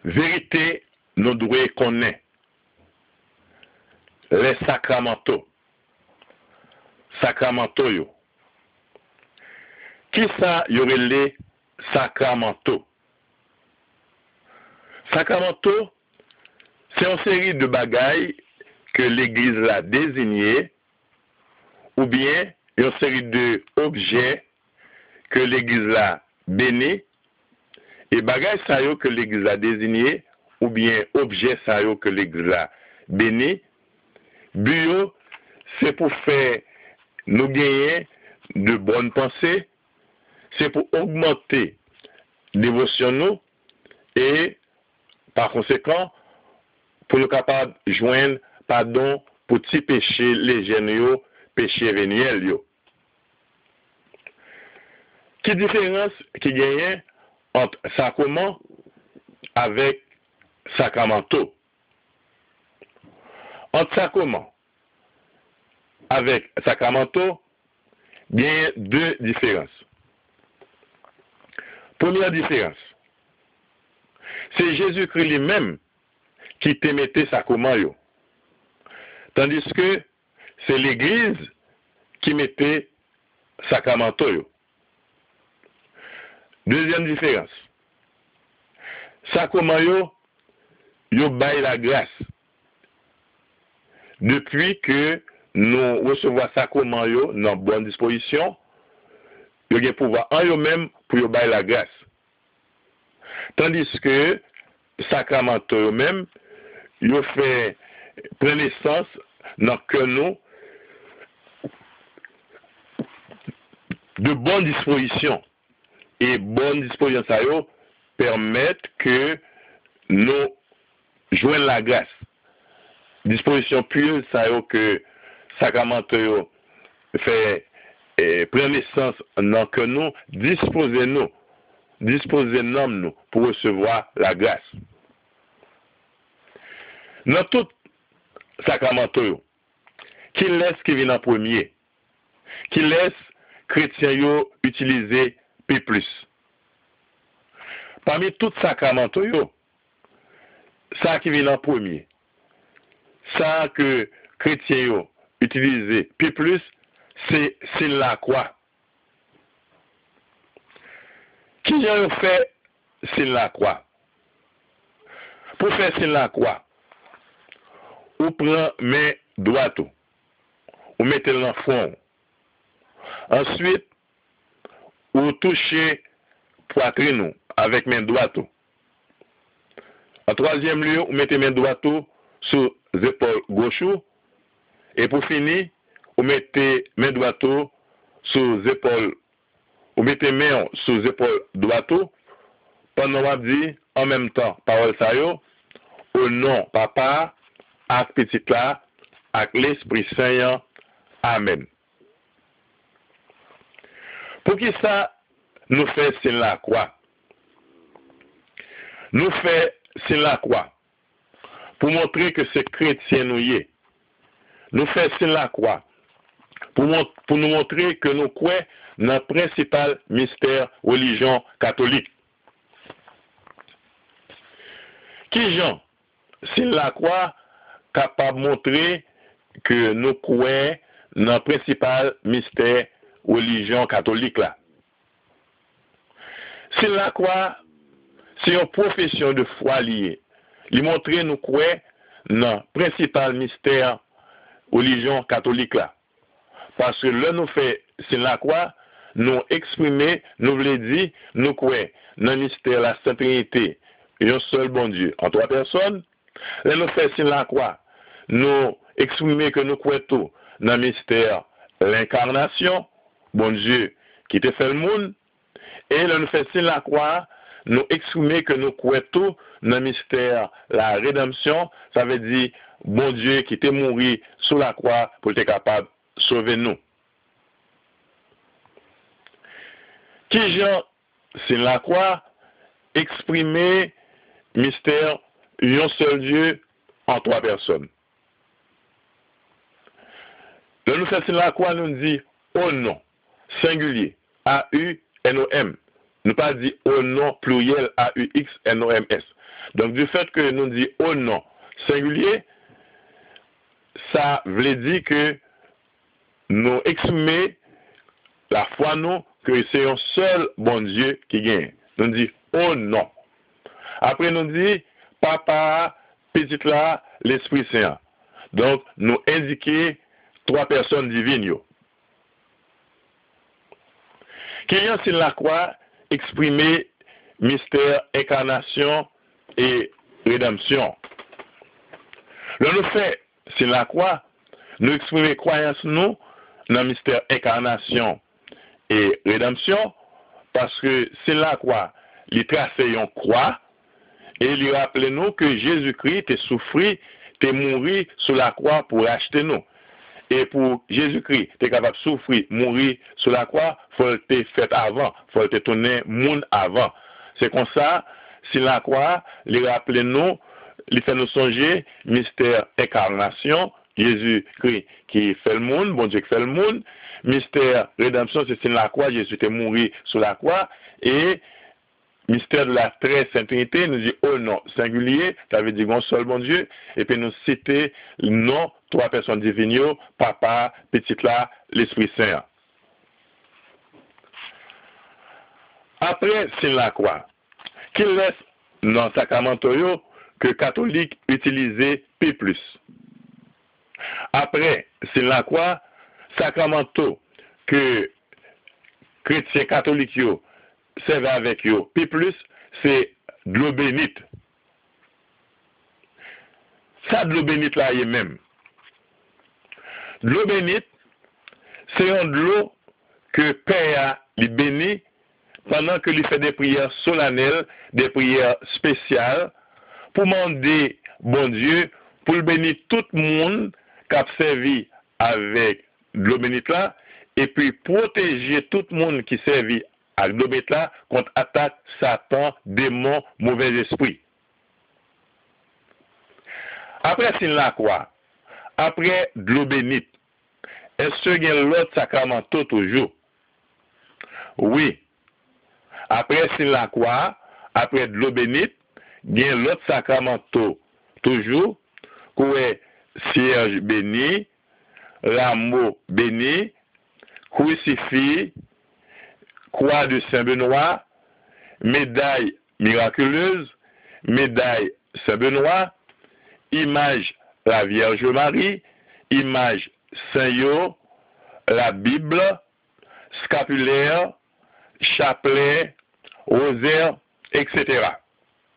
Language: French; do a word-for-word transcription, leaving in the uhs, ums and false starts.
vérité, nous devons connaître les sacramentaux. Sacramentaux, yo. Qui ça y aurait les sacramentaux? Sacramentaux, c'est une série de bagailles que l'Église l'a désigné, ou bien une série d'objets que l'Église l'a béni, et bagailles ça yo que l'Église a désigné, ou bien objets ça yo que l'Église a béni, bio, c'est pour faire nous gagner de bonnes pensées, c'est pour augmenter dévotion nous, et par conséquent, pour nous capables de joindre pardon pour petits péchés légers yo, péchés véniels yo. Quelle différence qui gagne entre sacrement avec sacramentaux? Entre sacrement avec sacramentaux, il y a deux différences. Première différence, c'est Jésus-Christ lui-même qui te mettait sacrement yo. Tandis que c'est l'Église qui mettait sacramentaux yo. Deuxième différence, sacrement yo, yo bail la grâce. Depuis que nous recevons sacrement yo dans bonne disposition, yo gen pouvoir en yo même pour yo bail la grâce. Tandis que sacramentaux yo même, yo fait prendre naissance dans que nous de bonne disposition. Et bonne disposition ça yo permettent que nous joignons la grâce. Disposition pieuse ça yo que sacramentaux yo fait eh, prendre naissance dans que nous disposer nous disposer nous pour recevoir la grâce. Dans tout sacramentaux, qui laisse qui vient en premier, qui laisse chrétiens yo utiliser P plus. Parmi tout sacramentaux yo, ça qui vient en premier, ça que chrétiens yo utiliser P plus, c'est c'est la croix. Qui a fait c'est la croix? Pour faire c'est la croix, ou prend main droite, ou mettez dans le fond. Ensuite, ou touchez poitrine avec main droite. En troisième lieu, vous mettez main droite sur les épaules gauche. Et pour finir, vous mettez main droite sur les épaules. Vous mettez main sur les épaules droite. Pendant que vous dites en même temps, parole ça yo, au nom papa, avec petit là, avec l'Esprit Saint. Amen. Pour qui ça nous fait c'est la croix? Nous fait c'est la croix. Pour montrer que c'est chrétien nous y est. Nous fait c'est la croix. Pour, pour nous montrer que nous croyons dans le principal mystère religion catholique. Qui Jean, c'est la croix capable de montrer que nous croyons dans le principal mystère religion catholique là. C'est la croix, c'est une profession de foi liée. Il montre nous croyons dans le principal mystère religion catholique là. Parce que là nous fait c'est la croix, nous exprimer, nous voulons dire, nous croyons dans le mystère la Sainte Trinité, un seul bon Dieu, en trois personnes. Là nous fait c'est la croix, nous exprimer que nous croyons tout dans le mystère l'incarnation, bon Dieu qui te fait le monde. Et là nous fait c'est la croix, nous exprimer que nous croyons tout dans le mystère la rédemption, ça veut dire bon Dieu qui t'est mort sur la croix pour être capable de sauver nous. Qui Jean, c'est la croix, exprimer mystère, un seul Dieu en trois personnes. Là nous fait c'est la croix, nous dit au nom, singulier, A U N O M. Nous pas dit au nom pluriel A U X N O M S. Donc, du fait que nous dit au nom singulier, ça veut dire que nous exprimons la foi, nous, que c'est un seul bon Dieu qui gagne. Nous dit au nom. Après, nous dit papa, petit là, l'Esprit Saint. Donc, nous indiquons trois personnes divines. Yo. Qui est sur la croix exprimer mystère, incarnation et rédemption. Le nous fait sur la croix, nous exprimer croyance nous dans le mystère incarnation et rédemption, parce que c'est la croix, il trace une croix et il rappelle nous que Jésus-Christ est souffert, est mort sur la croix pour acheter nous. Et pour Jésus-Christ, tu es capable de souffrir, mourir sur la croix, il faut le faire avant, il faut le tourner monde avant. C'est comme ça, si la croix, il rappelle nous, il fait nous songer, mystère incarnation, Jésus-Christ qui fait le monde, bon Dieu qui fait le monde, mystère rédemption, c'est la croix, Jésus est mort sur la croix, et mystère de la très sainte Trinité, nous dit au nom singulier, ça veut dire un seul bon Dieu, et puis nous citer le nom, trois personnes divines, papa, petit là, l'Esprit Saint. Après, c'est la croix, qu'il laisse dans le sacramentorio que catholique utilisait P plus. Après, c'est la croix, sacramento que chrétiens catholiques servent avec eux. P plus, c'est de l'eau bénite. Ça, de l'eau bénite là, est même. De l'eau bénite, c'est un de l'eau que Père a béni pendant que lui fait des prières solennelles, des prières spéciales, pour demander, bon Dieu, pour le bénir tout le monde qui a servi avec l'eau bénite là, et puis protéger tout le monde qui servi avec l'eau bénite là contre attaque, Satan, démons, mauvais esprits. Après, c'est la croix. Après de l'eau bénite, est-ce qu'il y a l'autre sacrament toujours? Oui. Après, c'est la croix, après de l'eau bénite, il y a l'autre sacrament toujours, qui est cierge béni, rameau béni, crucifix, croix de Saint-Benoît, médaille miraculeuse, médaille Saint-Benoît, image la Vierge Marie, image Saint-Yo, la Bible, scapulaire, chapelet, rosaire, et cetera.